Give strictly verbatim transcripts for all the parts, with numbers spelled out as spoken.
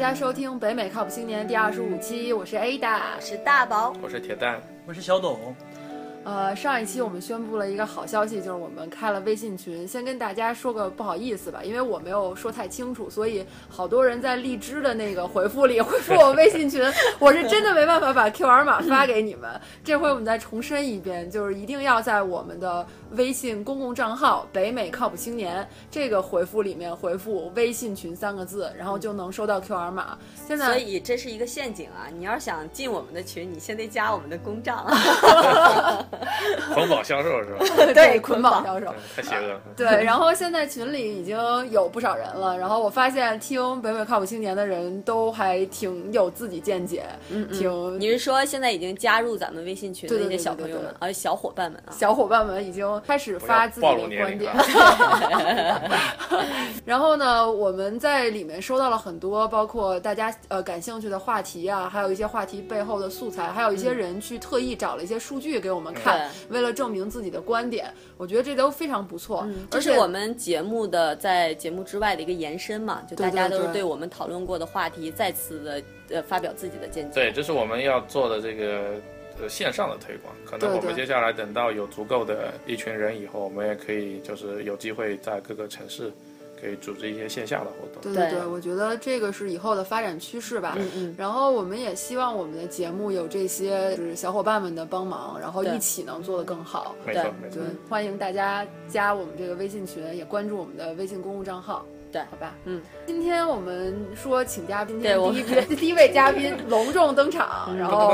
家收听北美靠谱青年第二十五期，我是 Ada， 我是大宝， 我是铁蛋， 我是小董。 呃，上一期我们宣布了一个好消息，就是我们开了微信群。先跟大家说个不好意思吧，因为我没有说太清楚，所以好多人在荔枝的那个回复里回复我微信群，我是真的没办法把 Q R 码发给你们。这回我们再重申一遍，就是一定要在我们的微信公共账号北美靠谱青年这个回复里面回复微信群三个字，然后就能收到 Q R 码。现在所以这是一个陷阱啊，你要想进我们的群，你先得加我们的公账。 捆绑销售是吧？ 对，捆绑销售， 太邪恶了。 对，然后现在群里已经有不少人了，然后我发现听北美靠谱青年的人都还挺有自己见解， 嗯嗯挺。 你是说现在已经加入咱们微信群的一些小朋友们，啊，小伙伴们啊， 小伙伴们已经开始发自己的观点。然后呢，我们在里面收到了很多，包括大家呃感兴趣的话题啊，还有一些话题背后的素材，还有一些人去特意找了一些数据给我们看。嗯，为了证明自己的观点，我觉得这都非常不错。 嗯，这是我们节目的在节目之外的一个延伸嘛，就大家都是对我们讨论过的话题再次的呃发表自己的见解。 对，这是我们要做的这个呃线上的推广。可能我们接下来等到有足够的一群人以后，我们也可以就是有机会在各个城市可以组织一些线下的活动。 对对对，我觉得这个是以后的发展趋势吧。 嗯嗯。 然后我们也希望我们的节目有这些就是小伙伴们的帮忙，然后一起能做得更好。 没错没错。 对，欢迎大家加我们这个微信群，也关注我们的微信公共账号。 对， 好吧， 嗯， 今天我们说请嘉宾，第一第一位嘉宾隆重登场，然后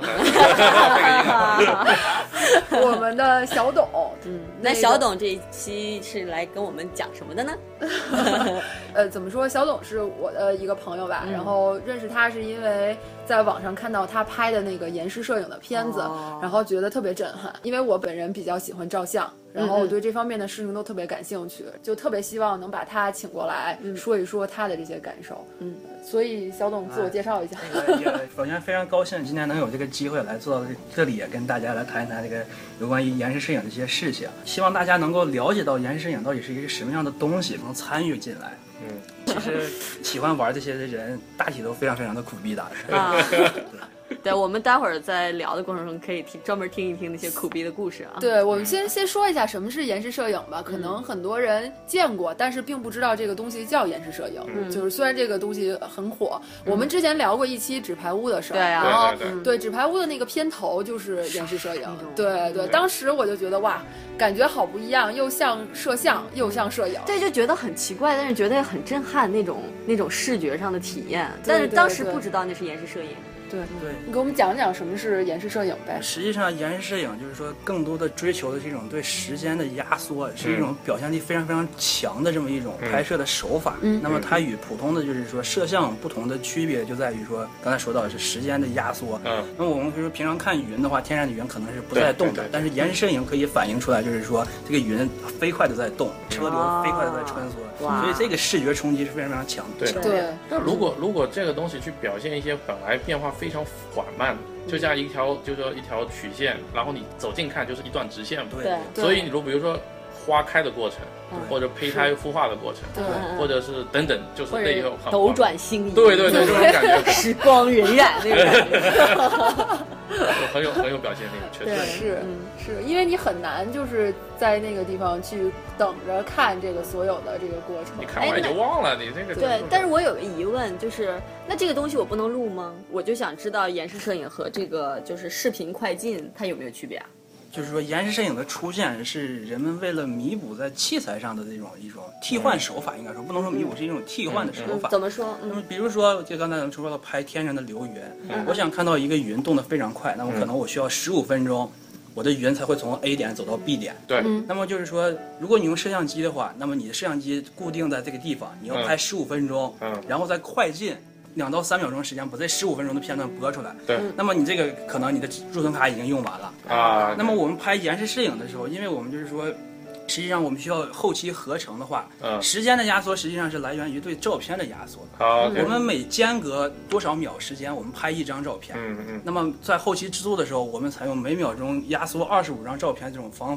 我们的小董， 嗯，那小董这一期是来跟我们讲什么的呢？ 呃，怎么说？小董是我的一个朋友吧，嗯、然后认识他是因为在网上看到他拍的那个延时摄影的片子，哦、然后觉得特别震撼，因为我本人比较喜欢照相。然后我对这方面的事情都特别感兴趣，嗯、就特别希望能把他请过来，嗯、说一说他的这些感受。嗯，所以小董自我介绍一下。 哎那个、也首先非常高兴今天能有这个机会来做到这里，也跟大家来谈一谈这个有关于延时摄影的一些事情。希望大家能够了解到延时摄影到底是一个什么样的东西，能参与进来。嗯，其实喜欢玩这些的人大体都非常非常的苦逼的。 啊对，我们待会儿在聊的过程中可以听专门听一听那些苦逼的故事啊。 对，我们先先说一下什么是延时摄影吧。可能很多人见过，但是并不知道这个东西叫延时摄影。嗯，就是虽然这个东西很火，嗯、我们之前聊过一期纸牌屋的事儿， 对啊， 然后对对对对纸牌屋的那个片头就是延时摄影。对对，当时我就觉得哇，感觉好不一样，又像摄像又像摄影。 对，就觉得很奇怪，但是觉得很震撼那种那种视觉上的体验。但是当时不知道那是延时摄影。 对对， 你给我们讲讲什么是延时摄影呗？ 实际上，延时摄影就是说，更多的追求的是一种对时间的压缩，嗯、是一种表现力非常非常强的这么一种拍摄的手法。嗯，那么它与普通的就是说摄像不同的区别就在于说，刚才说到的是时间的压缩。嗯，那么我们比如说平常看云的话，天上的云可能是不在动的，但是延时摄影可以反映出来，就是说这个云飞快的在动，车流飞快的在穿梭，所以这个视觉冲击是非常非常强的。 对对。 那如果如果这个东西去表现一些本来变化非常缓慢，就像一条就是说一条曲线，然后你走近看就是一段直线嘛。 对。 所以你如比如说花开的过程，或者胚胎孵化的过程， 对， 或者是等等，就是那个斗转星移， 对对对，这种感觉， 时光荏苒那个感觉， 很有很有表现力，确实是是，因为你很难就是在那个地方去等着看这个所有的这个过程， 你看完就忘了，你这个对。但是我有个疑问，就是那这个东西我不能录吗？我就想知道延时摄影和这个就是视频快进它有没有区别啊？ 就是说，延时摄影的出现是人们为了弥补在器材上的这种一种替换手法，应该说不能说弥补，是一种替换的手法。 嗯、怎么说？ 那么比如说，就刚才咱们说到拍天上的流云，嗯、我想看到一个云动得非常快，那么可能我需要十五分钟，我的云才会从 A 点走到 B 点。 对。 那么就是说，如果你用摄像机的话，那么你的摄像机固定在这个地方，你要拍十五分钟，嗯，然后再快进。两到三秒钟时间把这十五分钟的片段播出来， 对， 那么你这个可能你的储存卡已经用完了啊。那么我们拍延时摄影的时候，因为我们就是说，实际上我们需要后期合成的话，嗯，时间的压缩实际上是来源于对照片的压缩。 好， 我们每间隔多少秒时间，我们拍一张照片，嗯嗯，那么在后期制作的时候，我们采用每秒钟压缩二十五张照片这种方法。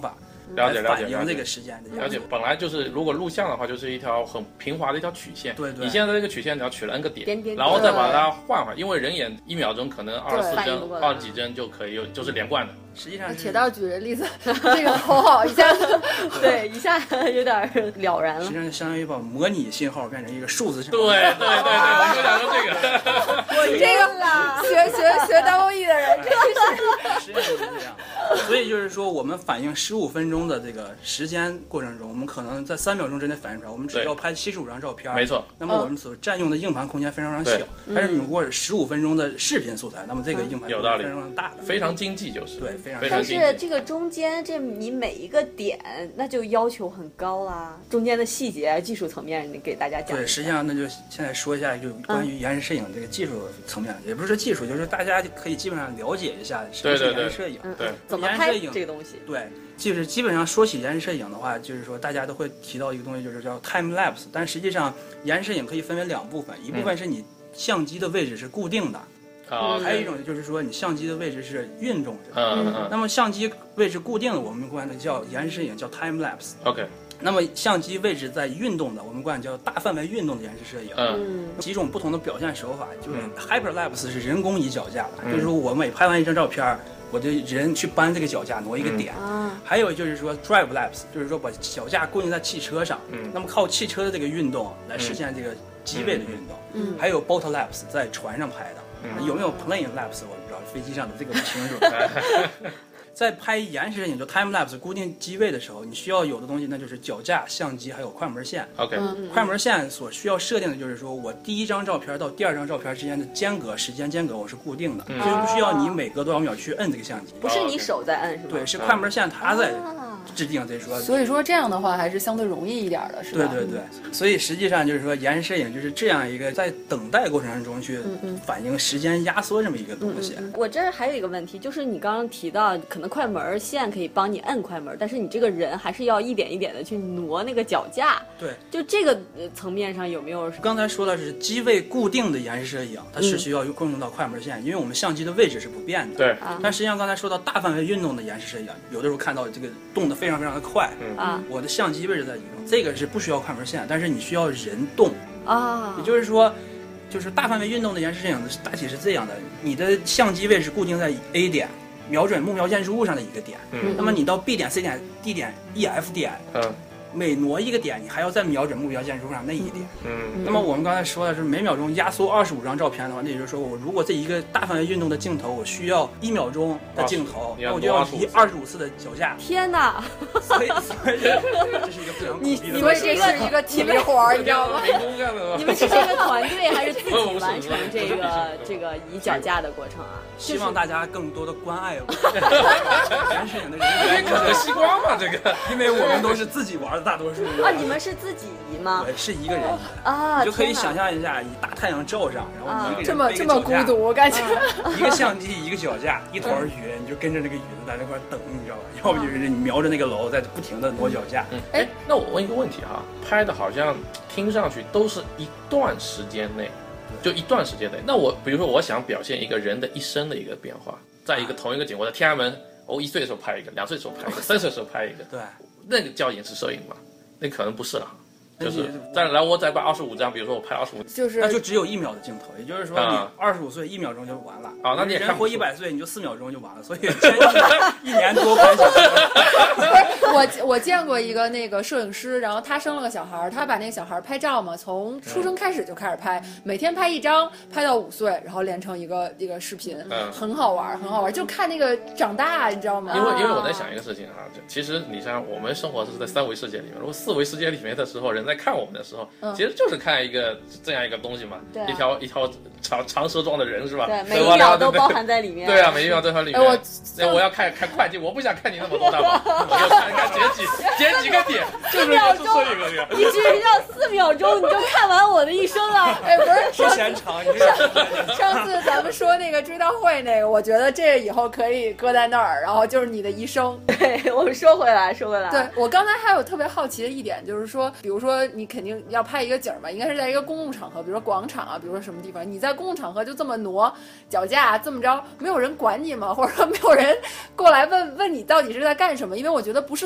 了解了解， 反映这个时间的。 了解，本来就是如果录像的话，就是一条很平滑的一条曲线。 对对。 你现在这个曲线，你要取了 n 个点， 点点然后再把它换回来，因为人眼一秒钟可能二十四帧、二十几帧就可以，就是连贯的。 实际上， 铁道举的例子，这个头好一下子， 对，一下有点了然了。 实际上就相当于把模拟信号变成一个数字信号。 对对对对，我就想说这个， 我这个学学学 double E 的人，真是实际上就是这样。所以就是说，我们反映十五分钟的这个时间过程中，我们可能在三秒钟之内反映出来，我们只要拍七十五张照片， 没错。 那么我们所占用的硬盘空间非常非常小。但是如果是十五分钟的视频素材，那么这个硬盘空间非常非常大的， 非常经济，就是对，非常非常经济。但是这个中间，这你每一个点，那就要求很高啦。中间的细节、技术层面，你给大家讲。 对，实际上那就现在说一下，就关于延时摄影这个技术层面，也不是说技术，就是大家可以基本上了解一下什么是延时摄影， 对， 怎么拍这个东西。 对，就是基本上说起延时摄影的话，就是说大家都会提到一个东西，就是叫 time lapse。但实际上，延时摄影可以分为两部分，一部分是你相机的位置是固定的。 啊、 嗯，还有一种就是说你相机的位置是运动的。 嗯嗯。 那么相机位置固定的，我们管它叫延时摄影，叫 time lapse。OK。那么相机位置在运动的，我们管叫大范围运动的延时摄影。 嗯。 几种不同的表现手法，就是 hyperlapse 是人工移脚架的，嗯、就是说我每拍完一张照片，我的人去搬这个脚架挪一个点。 嗯、 还有就是说 drive lapse， 就是说把脚架固定在汽车上， 嗯、 那么靠汽车的这个运动来实现这个机位的运动。 嗯。 还有 boat lapse， 在船上拍的。 嗯、 有没有 plane lapse 我不知道，飞机上的这个不清楚。在拍延时摄影就 time lapse 固定机位的时候，你需要有的东西那就是脚架、相机还有快门线。 OK，、 嗯、 快门线所需要设定的就是说我第一张照片到第二张照片之间的间隔时间间隔我是固定的， 嗯、 所以不需要你每隔多少秒去摁这个相机。 不是你手在摁是吧？ 对，是快门线它在制定这说。 所以说这样的话还是相对容易一点的，是吧？ 对对对，所以实际上就是说延时摄影就是这样一个在等待过程中去反映时间压缩这么一个东西。 嗯嗯嗯、我这儿还有一个问题，就是你刚刚提到可能快门线可以帮你摁快门，但是你这个人还是要一点一点的去挪那个脚架。 对， 就这个层面上有没有？ 刚才说的是机位固定的延时摄影，它是需要用用到快门线，因为我们相机的位置是不变的。 对。 但实际上刚才说到大范围运动的延时摄影，有的时候看到这个动得非常非常的快。 啊、 嗯，我的相机位置在移动，这个是不需要快门线，但是你需要人动啊。 也就是说，就是大范围运动的延时摄影的大体是这样的：你的相机位置固定在 A 点，瞄准目标建筑物上的一个点。 嗯。 那么你到 B 点、C 点、D 点、E、F 点， 嗯， 每挪一个点，你还要再瞄准目标建筑物上那一点。 嗯。 那么我们刚才说的是每秒钟压缩二十五张照片的话，那也就是说，我如果这一个大范围运动的镜头，我需要一秒钟的镜头，那我就要移二十五次的脚架。 天哪！ 所以，所以这是一个非常你你们这是一个体力活儿，你知道吗？ 你们是这个团队还是自己完成这个这个移脚架的过程啊？ 希望大家更多的关爱我。延时摄影的人， 可惜光嘛，这个， 因为我们都是自己玩的大多数。 啊，你们是自己移吗？ 对，是一个人移啊， 你就可以想象一下，以大太阳照上，然后你一个人这么这么孤独，我感觉。 一个相机，一个脚架，一团云，你就跟着那个云在那块等，你知道吧？要不就是你瞄着那个楼在不停的挪脚架。 嗯，哎，那我问一个问题哈，拍的好像听上去都是一段时间内，就一段时间内。那我比如说我想表现一个人的一生的一个变化，在一个同一个景，我在天安门，我一岁的时候拍一个，两岁的时候拍一个，三岁的时候拍一个， 对， 那个叫延时摄影吗？那可能不是了。就是再来，我再把二十五张，比如说我拍二十五， 就是那就只有一秒的镜头，也就是说你二十五岁一秒钟就完了。 啊，那你也人活一百岁，你就四秒钟就完了，所以一年多拍下来。我我见过一个那个摄影师，然后他生了个小孩，他把那个小孩拍照嘛，从出生开始就开始拍，每天拍一张，拍到五岁，然后连成一个一个视频， 嗯， 很好玩，很好玩，就看那个长大，你知道吗？ 因为因为我在想一个事情哈，就其实你像我们生活是在三维世界里面，如果四维世界里面的时候，人在看我们的时候， 嗯、 其实就是看一个这样一个东西嘛， 对啊、 一条一条长长蛇状的人是吧？ 对，每一秒都包含在里面。 对啊，每一秒都在里面。 哎、我那我要看看快进，我不想看你那么多大宝，我就看看捡几捡几个点，就是一个摄影个。 你只要四秒钟你就看完我的一生了。 哎，不是不嫌长，你上次咱们说那个追悼会那个，我觉得这以后可以搁在那儿，然后就是你的一生。 对，我们说回来，说回来。 对，我刚才还有特别好奇的一点，就是说，比如说你肯定要拍一个景嘛，应该是在一个公共场合，比如说广场啊，比如说什么地方，你在公共场合就这么挪脚架，这么着，没有人管你吗？或者说没有人过来问问你到底是在干什么？因为我觉得不是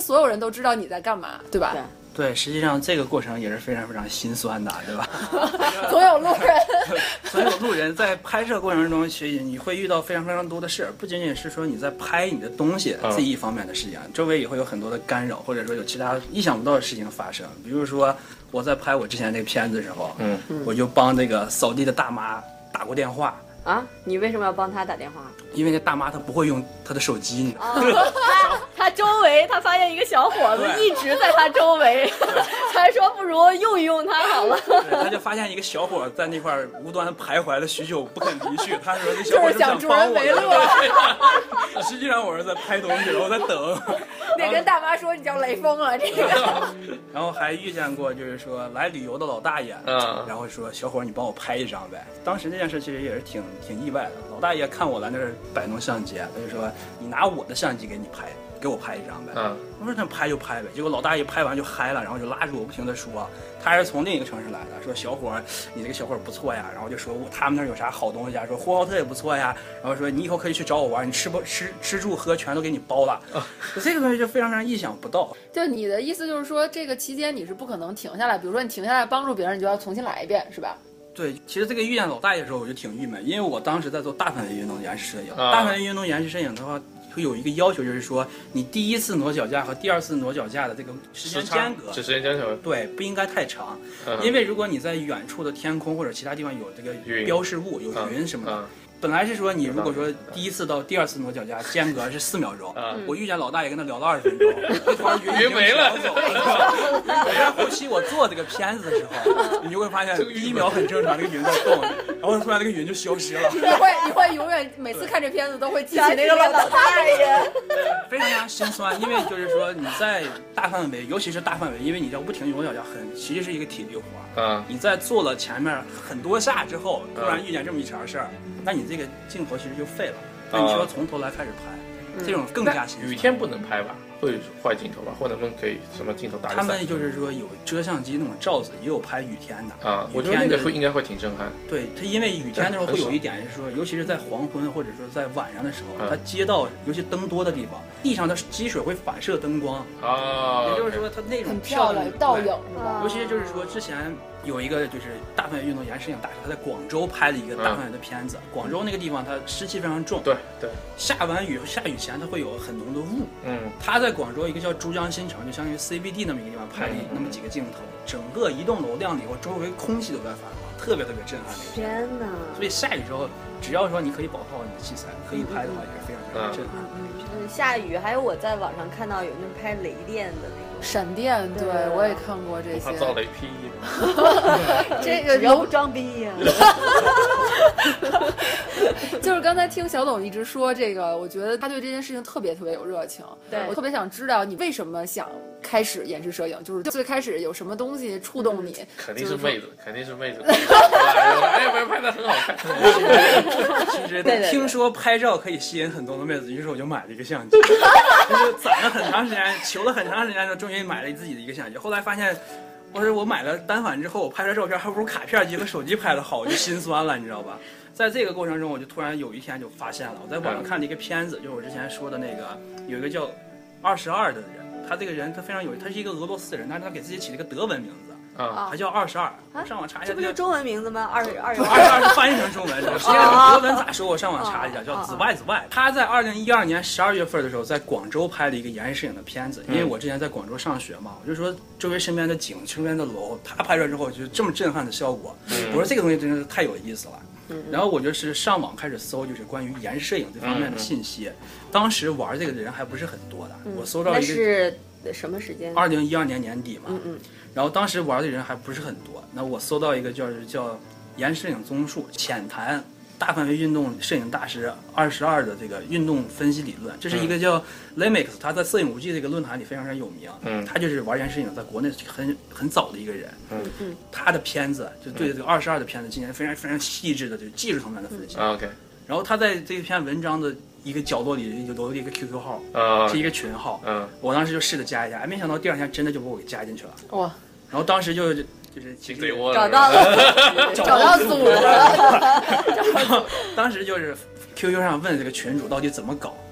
所有人都知道你在干嘛，对吧？ 对。 对，实际上这个过程也是非常非常心酸的，对吧？ 总有路人， 总有路人在拍摄过程中，其实你会遇到非常非常多的事儿，不仅仅是说你在拍你的东西这一方面的事情，周围也会有很多的干扰，或者说有其他意想不到的事情发生。比如说我在拍我之前那个片子的时候，嗯，我就帮这个扫地的大妈打过电话。 啊，你为什么要帮他打电话？ 因为那大妈她不会用她的手机，你知道吗？ 哦、他他周围他发现一个小伙子一直在他周围，才说不如用一用他好了。 他就发现一个小伙在那块无端徘徊了许久不肯离去，他说这小伙就是想助人为乐。 实际上我是在拍东西，我在等。 得跟大妈说你叫雷锋了这个。 然后还遇见过就是说来旅游的老大爷，嗯，然后说小伙你帮我拍一张呗。当时这件事其实也是挺挺意外的。老大爷看我来那儿摆弄相机，他就说你拿我的相机给你拍，给我拍一张呗。嗯，我说那拍就拍呗。结果老大爷拍完就嗨了，然后就拉着我不停的说，他是从另一个城市来的，说小伙你这个小伙不错呀，然后就说我他们那儿有啥好东西啊，说呼和浩特也不错呀，然后说你以后可以去找我玩，你吃不吃吃住喝全都给你包了。啊，这个东西就非常非常意想不到。 就你的意思就是说，这个期间你是不可能停下来，比如说你停下来帮助别人，你就要重新来一遍，是吧？ 对，其实这个遇见老大爷的时候我就挺郁闷，因为我当时在做大范围运动延时摄影，啊、大范围运动延时摄影的话会有一个要求，就是说你第一次挪脚架和第二次挪脚架的这个时间间隔， 时间间隔， 对，不应该太长，嗯、因为如果你在远处的天空或者其他地方有这个标识物，有云什么的。嗯嗯本来是说你如果说第一次到第二次挪脚架间隔是四秒钟，嗯、我遇见老大爷跟他聊了二十分钟，那突然云没了。然后后期我做这个片子的时候，你就会发现第一秒很正常，这个云在动，然后突然那个云就消失了。 你会你会永远每次看这片子都会记起那个老大爷， 非常非常心酸，因为就是说你在大范围，尤其是大范围，因为你要不停挪脚架，很其实是一个体力活。嗯，你在做了前面很多下之后，突然遇见这么一茬事儿，那你这个镜头其实就废了，那你需要从头来开始拍，嗯、这种更加辛苦。 雨天不能拍吧？会坏镜头吧？或者能不能可以什么镜头打？ 他们就是说有遮相机那种罩子，也有拍雨天的啊。我觉得那个会应该会挺震撼。 对，它因为雨天的时候会有一点是说，尤其是在黄昏或者说在晚上的时候，它街道尤其灯多的地方，地上的积水会反射灯光啊。也就是说，它那种漂亮倒影是吧？ 尤其就是说之前。有一个就是大范围运动延时摄影大师，他在广州拍了一个大范围的片子。嗯、广州那个地方，它湿气非常重， 对对， 下完雨下雨前它会有很浓的雾。嗯，他在广州一个叫珠江新城，就相当于 C B D 那么一个地方拍了那么几个镜头，嗯、整个一栋楼亮了以后，周围空气都在发光，特别特别震撼那个。 天哪！ 所以下雨之后，只要说你可以保护好你的器材，可以拍的话，也是非常非常震撼。 嗯嗯，下雨还有我在网上看到有那拍雷电的那个。 闪电，对, 对我也看过这些。 他造雷劈， 这个有装逼呀、 啊。就是刚才听小董一直说这个，我觉得他对这件事情特别特别有热情。 对， 我特别想知道你为什么想开始延时摄影，就是最开始有什么东西触动你？ 肯定是妹子，肯定是妹子。哎呀，拍的很好看。 其实听说拍照可以吸引很多的妹子，于是我就买了一个相机，就是攒了很长时间，求了很长时间之后，终于买了自己的一个相机。后来发现，我说我买了单反之后，我拍出来照片还不如卡片机和手机拍的好，我就心酸了，你知道吧？在这个过程中，我就突然有一天就发现了，我在网上看了一个片子，就是我之前说的那个，有一个叫二十二的人，他这个人他非常有，他是一个俄罗斯人，但是他给自己起了一个德文名字。啊，他叫二十二，我上网查一下、这个， 这不是中文名字吗？二十二， 二十二是翻译成中文的，实际上德文咋说？我上网查一下，叫子外子外。他在二零一二年十二月份的时候，在广州拍了一个延时摄影的片子，因为我之前在广州上学嘛，我就说周围身边的景、身边的楼，他拍出来之后就这么震撼的效果，我说这个东西真的是太有意思了。然后我就是上网开始搜，就是关于延时摄影这方面的信息。当时玩这个的人还不是很多的，我搜到一个是什么时间？ 二零一二年年底嘛。 嗯嗯。 然后当时玩的人还不是很多，那我搜到一个叫叫延时摄影综述，浅谈大范围运动摄影大师二十二的这个运动分析理论，这是一个叫 Lemix， 他在摄影无忌这个论坛里非常非常有名，嗯，他就是玩延时摄影在国内很很早的一个人，嗯嗯，他的片子就对这个二十二的片子进行非常非常细致的这个技术层面的分析， 嗯、OK， 然后他在这篇文章的一个角落里有留了一个 Q Q 号，啊、uh, ，是一个群号，嗯、uh, ，我当时就试着加一下，没想到第二天真的就把我给加进去了，哇！然后当时就就是其实找到了， 找到组了。 然后当时就是 Q Q 上问这个群主到底怎么搞，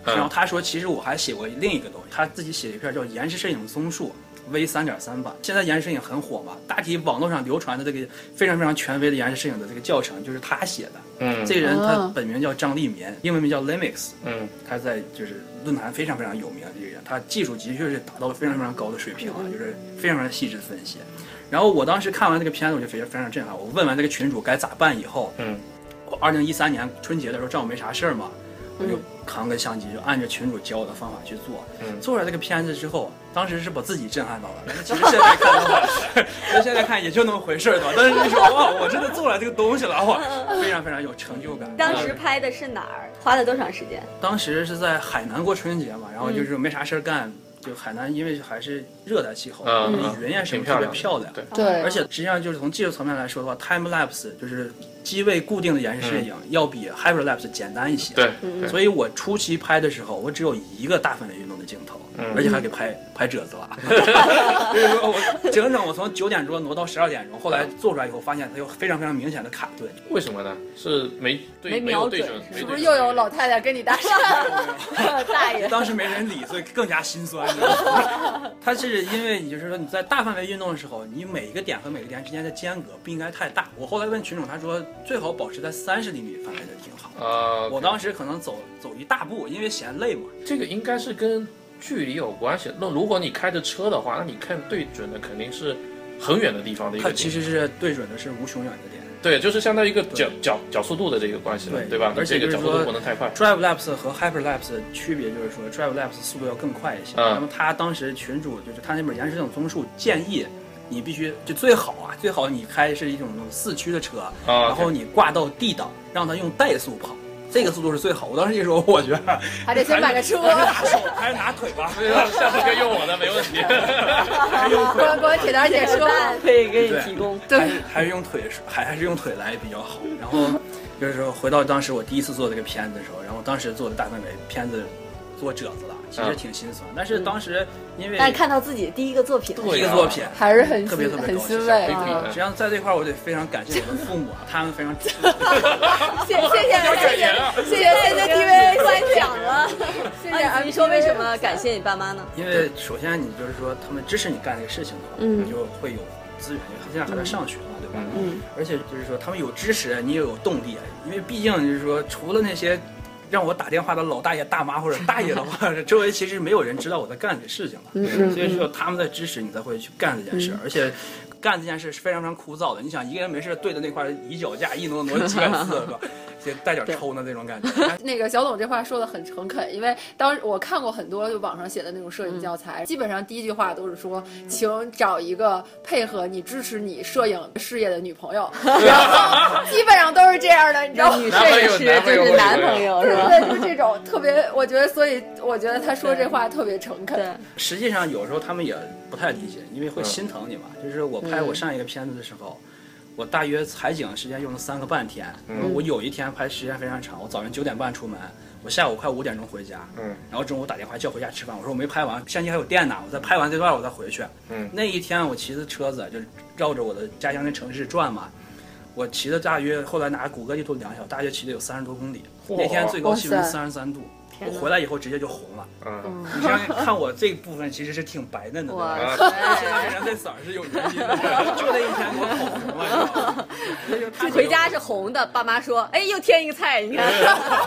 然后他说其实我还写过另一个东西，他自己写了一篇叫《延时摄影综述》V 三点三版。现在延时摄影很火嘛，大体网络上流传的这个非常非常权威的延时摄影的这个教程就是他写的。 嗯， 这个人他本名叫张立民，英文名叫 Limix。 嗯， 他在就是论坛非常非常有名的这个人，他技术的确是达到了非常非常高的水平啊，就是非常非常细致的分析。然后我当时看完这个片子，我就非常非常震撼。我问完这个群主该咋办以后， 嗯， 我二零一三年春节的时候正好没啥事儿嘛，我就扛个相机，就按照群主教我的方法去做。 嗯， 做出来这个片子之后，当时是把自己震撼到了。但是其实现在看的话，其实现在看也就那么回事儿的。但是你说哇，我真的做出来这个东西了，哇，非常非常有成就感。 当时拍的是哪儿？花了多长时间？ 当时是在海南过春节嘛，然后就是没啥事儿干。就海南，因为还是热带气候， 嗯， 云呀什么特别漂亮， 对对。 而且实际上就是从技术层面来说的话 ，time lapse 就是机位固定的延时摄影，要比 hyper lapse 简单一些。 对， 所以我初期拍的时候，我只有一个大范围运动的镜头，而且还给拍拍褶子了。就是说我整整我从九点钟挪到十二点钟，后来做出来以后，发现它有非常非常明显的卡顿。 为什么呢？是没对没瞄准， 是不是又有老太太跟你搭讪？ 大爷， 当时没人理，所以更加心酸。它是因为你就是说你在大范围运动的时候，你每一个点和每个点之间的间隔不应该太大。我后来问群众，他说最好保持在三十厘米范围的挺好。 呃， 我当时可能走走一大步，因为嫌累嘛。 这个应该是跟距离有关系。那如果你开着车的话，那你看对准的肯定是很远的地方的一个。 它其实是对准的是无穷远的点。 对，就是相当于一个角角角速度的这个关系了， 对, 对吧？ 而且这个角速度不能太快。 Drive lapse 和 hyper lapse 的区别就是说 ，Drive lapse 速度要更快一些。 嗯、 那么他当时群主就是他那本延时摄影综述建议，你必须就最好啊，最好你开是一种四驱的车， 啊、 然后你挂到 D 档，让它用怠速跑。这个速度是最好。我当时一说，我觉得还得先买个车， 还是拿手，还是拿腿吧。 下次可以用我的，没问题。 还是用腿。 关关铁蛋姐车可以给你提供。 对，还是还是用腿，还还是用腿来比较好。然后就是说，回到当时我第一次做这个片子的时候，然后当时做的大范围片子做褶子了，其实挺心酸。但是当时因为但看到自己第一个作品， 第一个作品还是很特别特别很欣慰啊。 实际上在这块我得非常感谢我的父母啊，他们非常支持。 谢谢谢谢谢谢谢谢 T V 快讲了。 谢谢。 你说为什么感谢你爸妈呢？ 因为首先你就是说他们支持你干这个事情的话， 嗯， 你就会有资源，因为他现在还在上学嘛，对吧？嗯。而且就是说他们有支持，你也有动力，因为毕竟就是说除了那些让我打电话的老大爷大妈或者大爷的话，周围其实没有人知道我在干这个事情了。嗯，所以说他们在支持你才会去干这件事，而且干这件事是非常非常枯燥的。你想一个人没事对着那块椅脚架一挪挪几百次，是吧？就带点抽的那种感觉。 那个小董这话说的很诚恳，因为当时我看过很多就网上写的那种摄影教材，基本上第一句话都是说，请找一个配合你、支持你摄影事业的女朋友，然后基本上都是这样的，你知道吗？ 女摄影师就是男朋友，是吧？ 对，就是这种特别，我觉得，所以我觉得他说这话特别诚恳。 实际上有时候他们也不太理解，因为会心疼你嘛。就是我拍我上一个片子的时候。我大约采景时间用了三个半天，嗯、我有一天拍时间非常长，我早上九点半出门，我下午快五点钟回家，嗯，然后中午打电话叫回家吃饭，我说我没拍完，相机还有电呢，我再拍完这段我再回去。嗯，那一天我骑着车子就绕着我的家乡的城市转嘛，我骑的大约后来拿谷歌地图量一下，大约骑的有三十多公里，那天最高气温三十三度。我回来以后直接就红了，嗯，你想想看，我这部分其实是挺白嫩的，对吧？现在人这色儿是有原因的，就那一天给我烤红了。 回家是红的，爸妈说：“哎，又添一个菜，你看。”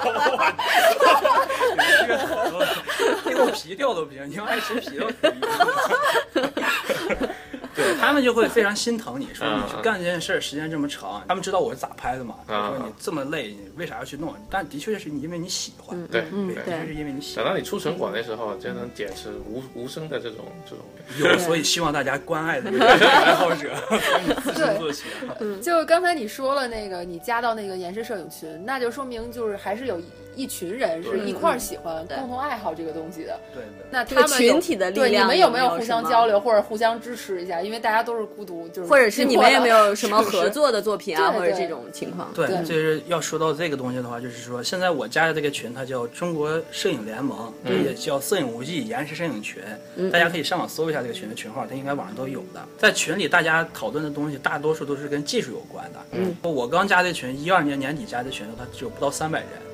掉皮掉都不行，你要爱吃皮都可以。对他们就会非常心疼你，说你去干这件事儿时间这么长，他们知道我是咋拍的嘛，说你这么累，你为啥要去弄？但的确是你因为你喜欢， 对， 的确是因为你喜欢。 等到你出成果的时候，就能减持无无声的这种这种。 有，所以希望大家关爱的爱好者，从你自身做起。 就刚才你说了那个，你加到那个延时摄影群，那就说明就是还是有一群人是一块儿喜欢、共同爱好这个东西的。 对对。 那他们群体的力量， 对你们有没有互相交流或者互相支持一下？因为大家都是孤独，就是或者是你们有没有什么合作的作品啊，或者这种情况？ 对，就是要说到这个东西的话，就是说现在我加的这个群，它叫中国摄影联盟，也叫摄影无忌延时摄影群，大家可以上网搜一下这个群的群号，它应该网上都有的。在群里大家讨论的东西，大多数都是跟技术有关的。嗯，我刚加这群，一二年年底加这群，它只有不到三百人。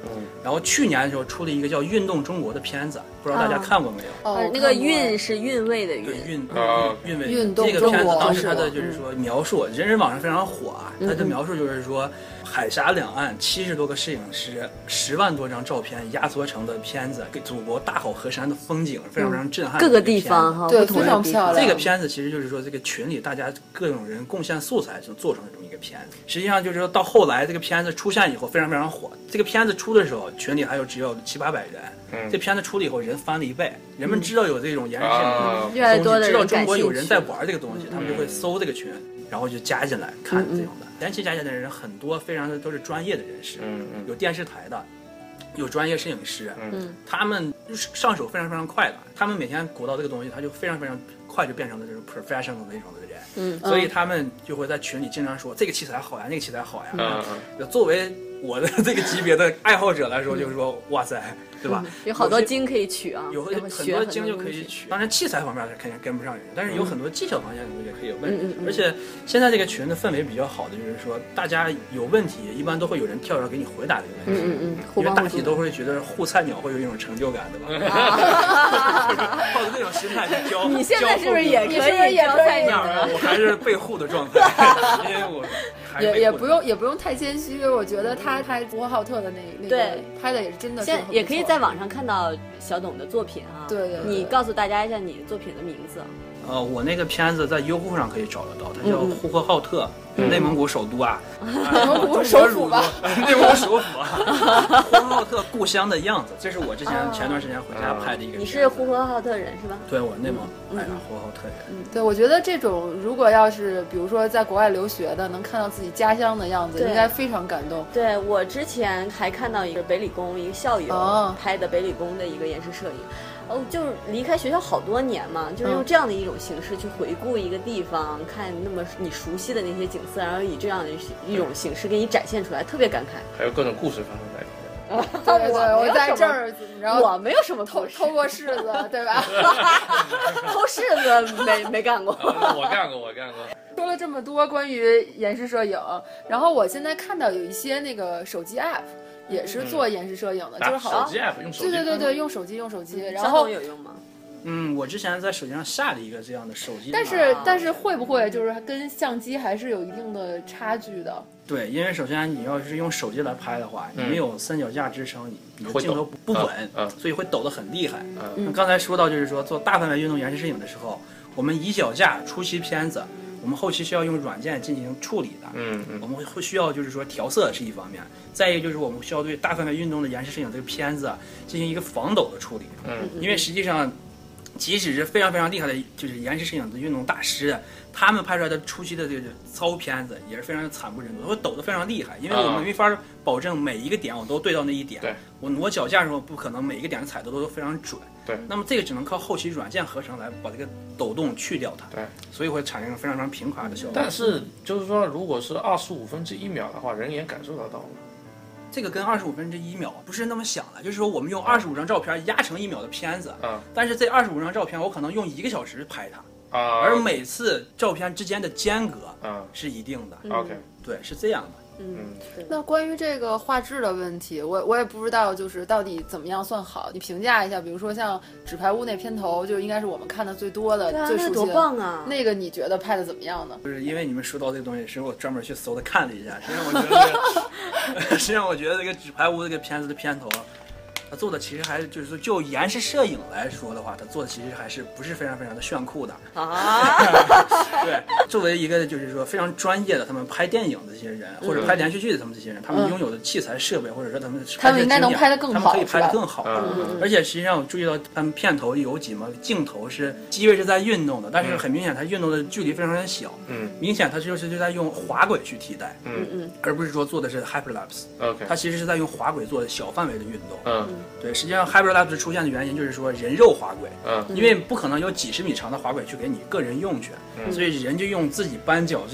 嗯， 然后去年的时候出了一个叫《运动中国》的片子，不知道大家看过没有？ 哦， 那个韵是韵味的韵， 运运味运动这个片子当时中国它的就是说描述，人人网上非常火啊。它的描述就是说，海峡两岸七十多个摄影师，十万多张照片压缩成的片子，给祖国大好河山的风景，非常非常震撼。 各个地方哈， 对，非常漂亮。 这个片子其实就是说，这个群里大家各种人贡献素材，就做成这么一个片子。实际上就是说到后来这个片子出现以后，非常非常火。这个片子出的时候，群里还有只有七八百人。嗯，这片子出了以后，人翻了一倍。人们知道有这种延时摄影的东西， 越来越多的人知道中国有人在玩这个东西，他们就会搜这个群，然后就加进来看这种的。前期加进来的人很多，非常的都是专业的人士，嗯嗯，有电视台的，有专业摄影师，嗯，他们上手非常非常快的，他们每天鼓捣这个东西，他就非常非常快就变成了这种 professional 那种的人，嗯，所以他们就会在群里经常说这个器材好呀，那个器材好呀，嗯嗯，作为我的这个级别的爱好者来说，就是说哇塞。对吧？ 有好多经可以取啊， 有很多经就可以取。当然器材方面是肯定跟不上人，但是有很多技巧方面也可以有问题。而且现在这个群的氛围比较好的，就是说大家有问题，一般都会有人跳出来给你回答这个问题。嗯嗯，因为大体都会觉得护菜鸟会有一种成就感，对吧？抱着这种心态去教。 你现在是不是也可以教菜鸟了？ 我还是被护的状态，因为我。 也也不用也不用太谦虚，我觉得他拍呼和浩特的那那个拍的也是真的是很不错。 也可以在网上看到小董的作品啊。 对对， 你告诉大家一下你作品的名字。 呃，我那个片子在优酷上可以找得到，它叫《呼和浩特》，内蒙古首都啊， 内蒙古首府吧， 内蒙古首府啊，呼和浩特故乡的样子，这是我之前前段时间回家拍的一个。 你是呼和浩特人是吧？ 对，我内蒙哎呀，呼和浩特人。 嗯，对，我觉得这种如果要是比如说在国外留学的，能看到自己家乡的样子，应该非常感动。 对，我之前还看到一个北理工一个校友拍的北理工的一个延时摄影。哦，就是离开学校好多年嘛，就是用这样的一种形式去回顾一个地方，嗯、看那么你熟悉的那些景色，然后以这样的一种形式给你展现出来，特别感慨。 还有各种故事发生在里面。 对对，我在这儿，然后我没有什么偷偷过柿子，对吧？ 偷柿子没没干过。 我干过，我干过。 说了这么多关于延时摄影，然后我现在看到有一些那个手机 app。也是做延时摄影的， 嗯、 就是好手机 app 用手机， 对对对对，用手机用手机， 嗯、 然后有用吗？ 嗯，我之前在手机上下了一个这样的手机， 但是、啊、但是会不会就是跟相机还是有一定的差距的？ 对，因为首先你要是用手机来拍的话，你没有三脚架支撑，你你的镜头不稳， 嗯， 所以会抖得很厉害。嗯，刚才说到就是说做大范围运动延时摄影的时候，我们移脚架初期片子。我们后期需要用软件进行处理的，嗯嗯，我们会需要就是说调色是一方面，再一个就是我们需要对大范围运动的延时摄影这个片子进行一个防抖的处理，嗯，因为实际上，即使是非常非常厉害的，就是延时摄影的运动大师，他们拍出来的初期的这个糟片子也是非常的惨不忍睹，会抖得非常厉害，因为我们没法保证每一个点我都对到那一点， 对， 我挪脚架的时候不可能每一个点的踩的都非常准。 对， 那么这个只能靠后期软件合成来把这个抖动去掉它。 对， 所以会产生非常非常平滑的效果。 但是就是说，如果是二十五分之一秒的话，人眼感受得到吗？ 这个跟二十五分之一秒不是那么想的，就是说我们用二十五张照片压成一秒的片子，嗯，但是这二十五张照片我可能用一个小时拍它，啊，而每次照片之间的间隔，嗯，是一定的。 OK， 对，是这样的。 嗯，那关于这个画质的问题，我我也不知道，就是到底怎么样算好？你评价一下，比如说像《纸牌屋》那片头，就应该是我们看的最多的、 啊、 最熟悉的， 多棒啊！ 那个你觉得拍的怎么样呢？ 就是因为你们说到这个东西，是我专门去搜的看了一下，实际上我觉得，实际上我觉得这个《纸牌屋》这个片子的片头。他做的其实还是就是说，就延时摄影来说的话，他做的其实还是不是非常非常的炫酷的啊。对，作为一个就是说非常专业的，他们拍电影的这些人，或者拍连续剧的他们这些人，他们拥有的器材设备，或者说他们他们应该能拍得更好， 他们可以拍得更好。而且实际上我注意到他们片头有几幕镜头是机位是在运动的，但是很明显它运动的距离非常非常小，嗯，明显它就是就在用滑轨去替代，嗯嗯，而不是说做的是 hyperlapse。OK， 它其实是在用滑轨做的小范围的运动，嗯。对，实际上 hyperlapse 出现的原因就是说人肉滑轨，嗯，因为不可能有几十米长的滑轨去给你个人用去，嗯，所以人就用自己搬脚架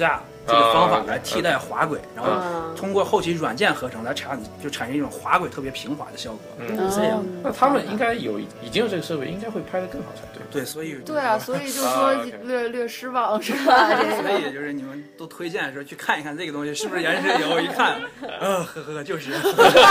这个方法来替代滑轨，然后通过后期软件合成来产就产生一种滑轨特别平滑的效果。 嗯， 这样。 那他们应该有已经有这个设备，应该会拍得更好才对。 对，所以对啊，所以就说略略失望是吧？ 所以就是你们都推荐的时候去看一看这个东西是不是延时摄影，我一看，嗯，呵呵，就是。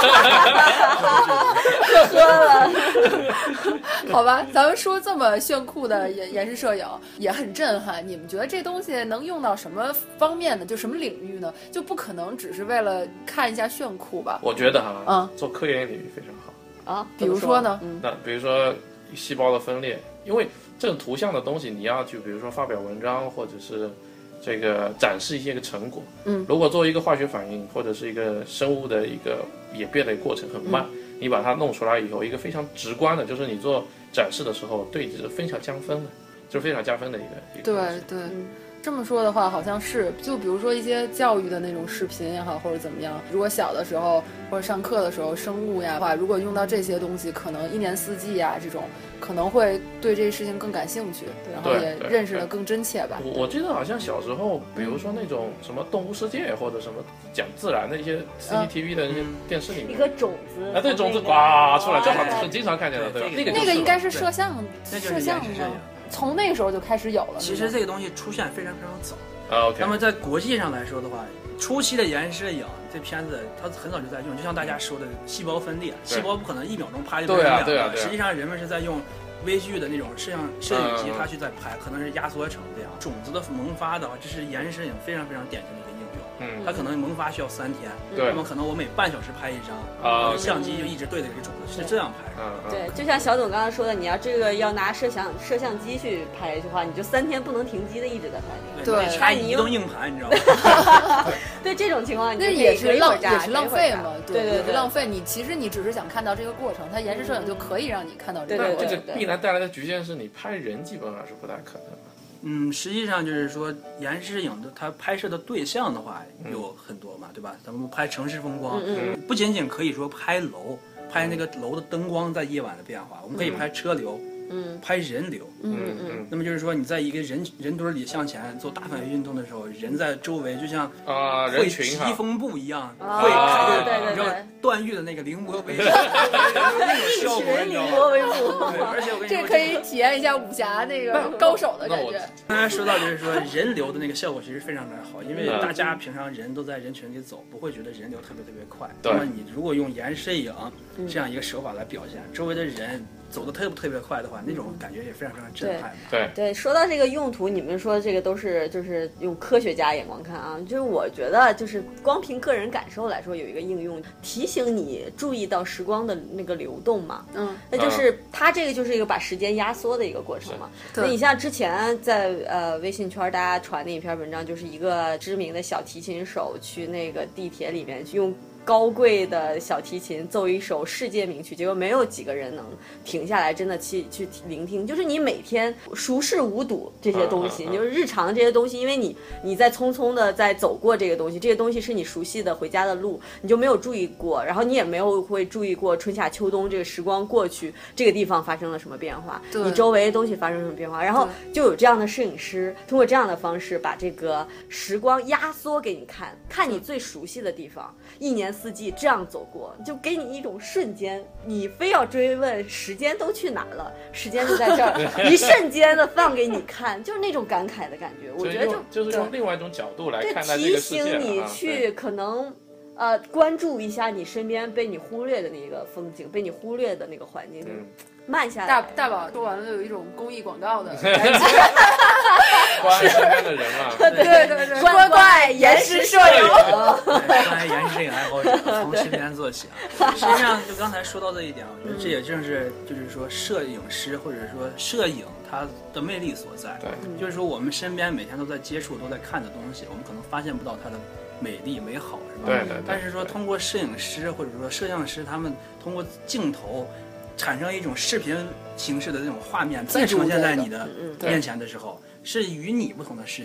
喝了。 好吧，咱们说这么炫酷的延延时摄影也很震撼，你们觉得这东西能用到什么方面呢？就什么领域呢？就不可能只是为了看一下炫酷吧？ 我觉得哈， 嗯， 做科研领域非常好啊。 比如说呢？ 嗯， 那比如说细胞的分裂，因为这种图像的东西，你要去比如说发表文章，或者是这个展示一些个成果。 嗯， 如果做一个化学反应或者是一个生物的一个演变的过程很慢，嗯，你把它弄出来以后，一个非常直观的，就是你做展示的时候，对是非常加分的，就是非常加分的一个一个。 对对。嗯，这么说的话，好像是，就比如说一些教育的那种视频也好，或者怎么样，如果小的时候或者上课的时候，生物呀话，如果用到这些东西，可能一年四季呀这种，可能会对这事情更感兴趣，然后也认识的更真切吧。 我我记得好像小时候，比如说那种什么动物世界或者什么讲自然的一些 C C T V 的那些电视里面， 一颗种子啊，对，种子呱出来，正好很经常看见的，对吧？那个那个应该是摄像， 摄像吗？从那个时候就开始有了。 其实这个东西出现非常非常早。 啊 ，OK。 那么在国际上来说的话，初期的延时摄影这片子它很早就在用，就像大家说的细胞分裂，细胞不可能一秒钟拍就变成两个。 对啊，对啊。 实际上人们是在用微距的那种摄像摄影机，它去在拍，可能是压缩成这样。种子的萌发的话，这是延时摄影非常非常典型的一个应用。嗯，它可能萌发需要三天， 对， 那么可能我每半小时拍一张，啊，相机就一直对着这个种子，是这样拍的。对，就像小董刚刚说的，你要这个要拿摄像摄像机去拍的话，你就三天不能停机的一直在拍那个。对，插移动硬盘，你知道吗？ 对这种情况， 那也是浪也是浪费嘛， 对对对， 浪费。你其实你只是想看到这个过程，它延时摄影就可以让你看到这个过程。 这个必然带来的局限是你拍人基本上是不太可能的。 嗯，实际上就是说，延时摄影的它拍摄的对象的话有很多嘛，对吧？咱们拍城市风光， 嗯不仅仅可以说拍楼，拍那个楼的灯光在夜晚的变化，我们可以拍车流， 嗯， 拍人流， 嗯嗯。 那么就是说，你在一个人人堆里向前做大范围运动的时候，人在周围就像啊人群疾风步一样， 啊、 会开对对对， 段誉的那个凌波微步，那种效果， 凌波微步。 对，而且我跟你说，这可以体验一下武侠那个高手的感觉。 刚才说到就是说人流的那个效果其实非常非常好，因为大家平常人都在人群里走，不会觉得人流特别特别快。那么你如果用延时摄影这样一个手法来表现，周围的人走得特别特别快的话，那种感觉也非常非常震撼。 对对，说到这个用途，你们说这个都是就是用科学家眼光看啊，就是我觉得就是光凭个人感受来说，有一个应用提醒你注意到时光的那个流动嘛。 嗯， 那就是它这个就是一个把时间压缩的一个过程嘛。那你像之前在呃微信圈大家传的一篇文章，就是一个知名的小提琴手去那个地铁里面去用高贵的小提琴奏一首世界名曲，结果没有几个人能停下来真的去去聆听。就是你每天熟视无睹这些东西， 嗯嗯嗯、 就是日常这些东西，因为你你在匆匆的在走过这个东西，这些东西是你熟悉的回家的路，你就没有注意过，然后你也没有会注意过春夏秋冬这个时光过去，这个地方发生了什么变化，你周围东西发生什么变化，然后就有这样的摄影师通过这样的方式把这个时光压缩给你看，看你最熟悉的地方，一年四季这样走过，就给你一种瞬间，你非要追问时间都去哪儿了，时间就在这儿，一瞬间的放给你看，就是那种感慨的感觉。我觉得就就是用另外一种角度来看待这个世界， 提醒你去可能呃关注一下你身边被你忽略的那个风景，被你忽略的那个环境。嗯，慢下来。 大大宝说完了，就有一种公益广告的感觉。 关爱身边的人啊， 对对对， 关关延时摄影， 关爱延时摄影爱好者，从身边做起啊。实际上，就刚才说到这一点，我觉得这也正是就是说摄影师或者说摄影它的魅力所在。 对， 就是说我们身边每天都在接触、都在看的东西，我们可能发现不到它的美丽美好，是吧？ 对对对。 但是说通过摄影师或者说摄像师，他们通过镜头产生一种视频形式的这种画面，再呈现在你的面前的时候，是与你不同的视角。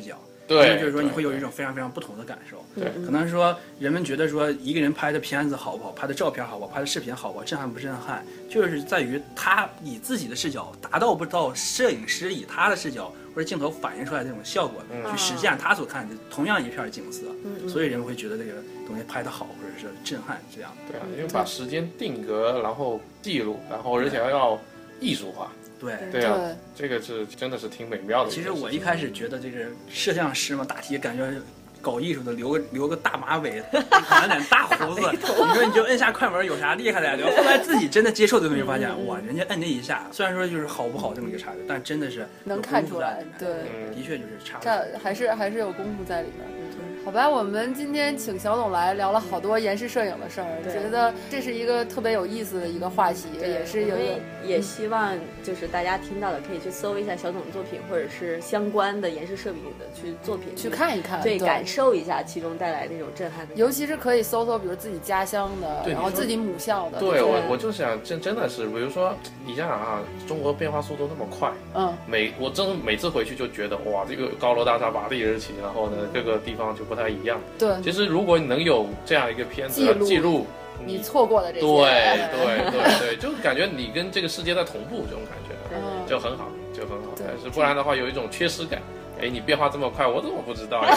对， 就是说你会有一种非常非常不同的感受。 对， 可能说人们觉得说一个人拍的片子好不好，拍的照片好不好，拍的视频好不好，震撼不震撼，就是在于他以自己的视角达到不到摄影师以他的视角或者镜头反映出来的这种效果，嗯、去实现他所看的同样一片景色，嗯、所以人们会觉得这个东西拍得好，或者是震撼这样。 对啊，因为把时间定格，然后记录，然后而且要艺术化。 对对啊，这个是真的是挺美妙的。 其实我一开始觉得这个摄像师嘛，大体感觉搞艺术的留个留个大马尾，满脸大胡子，你说你就摁下快门有啥厉害的呀？后来自己真的接受这东西，发现哇，人家摁这一下，虽然说就是好不好这么一个差别，但真的是能看出来，对， 的确就是差。 这还是还是有功夫在里面。好吧，我们今天请小董来聊了好多延时摄影的事儿，觉得这是一个特别有意思的一个话题，也是有也希望就是大家听到了可以去搜一下小董的作品，或者是相关的延时摄影的去作品去看一看， 对，感受一下其中带来那种震撼的。 尤其是可以搜搜，比如自己家乡的，然后自己母校的。 对，我我就想真真的是，比如说你想想啊，中国变化速度那么快， 嗯， 每我真每次回去就觉得哇，这个高楼大厦拔地而起，然后呢各个地方就不太一样。 对， 其实如果你能有这样一个片子记录你错过的这些， 对对对对，就感觉你跟这个世界在同步，这种感觉嗯、 就很好，就很好。但是不然的话，有一种缺失感。哎，你变化这么快，我怎么不知道呀？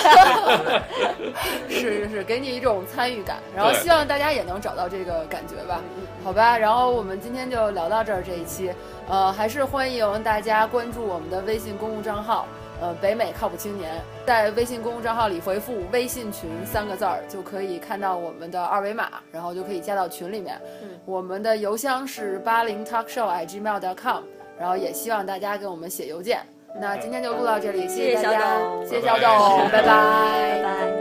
是是是，给你一种参与感，然后希望大家也能找到这个感觉吧，好吧？然后我们今天就聊到这儿这一期，呃，还是欢迎大家关注我们的微信公共账号。呃，北美靠谱青年，在微信公众账号里回复微信群三个字儿，就可以看到我们的二维码，然后就可以加到群里面。嗯、我们的邮箱是八零 talkshow at gmail dot com， 然后也希望大家给我们写邮件。那今天就录到这里，谢谢大家，谢谢小董，拜拜， 拜拜。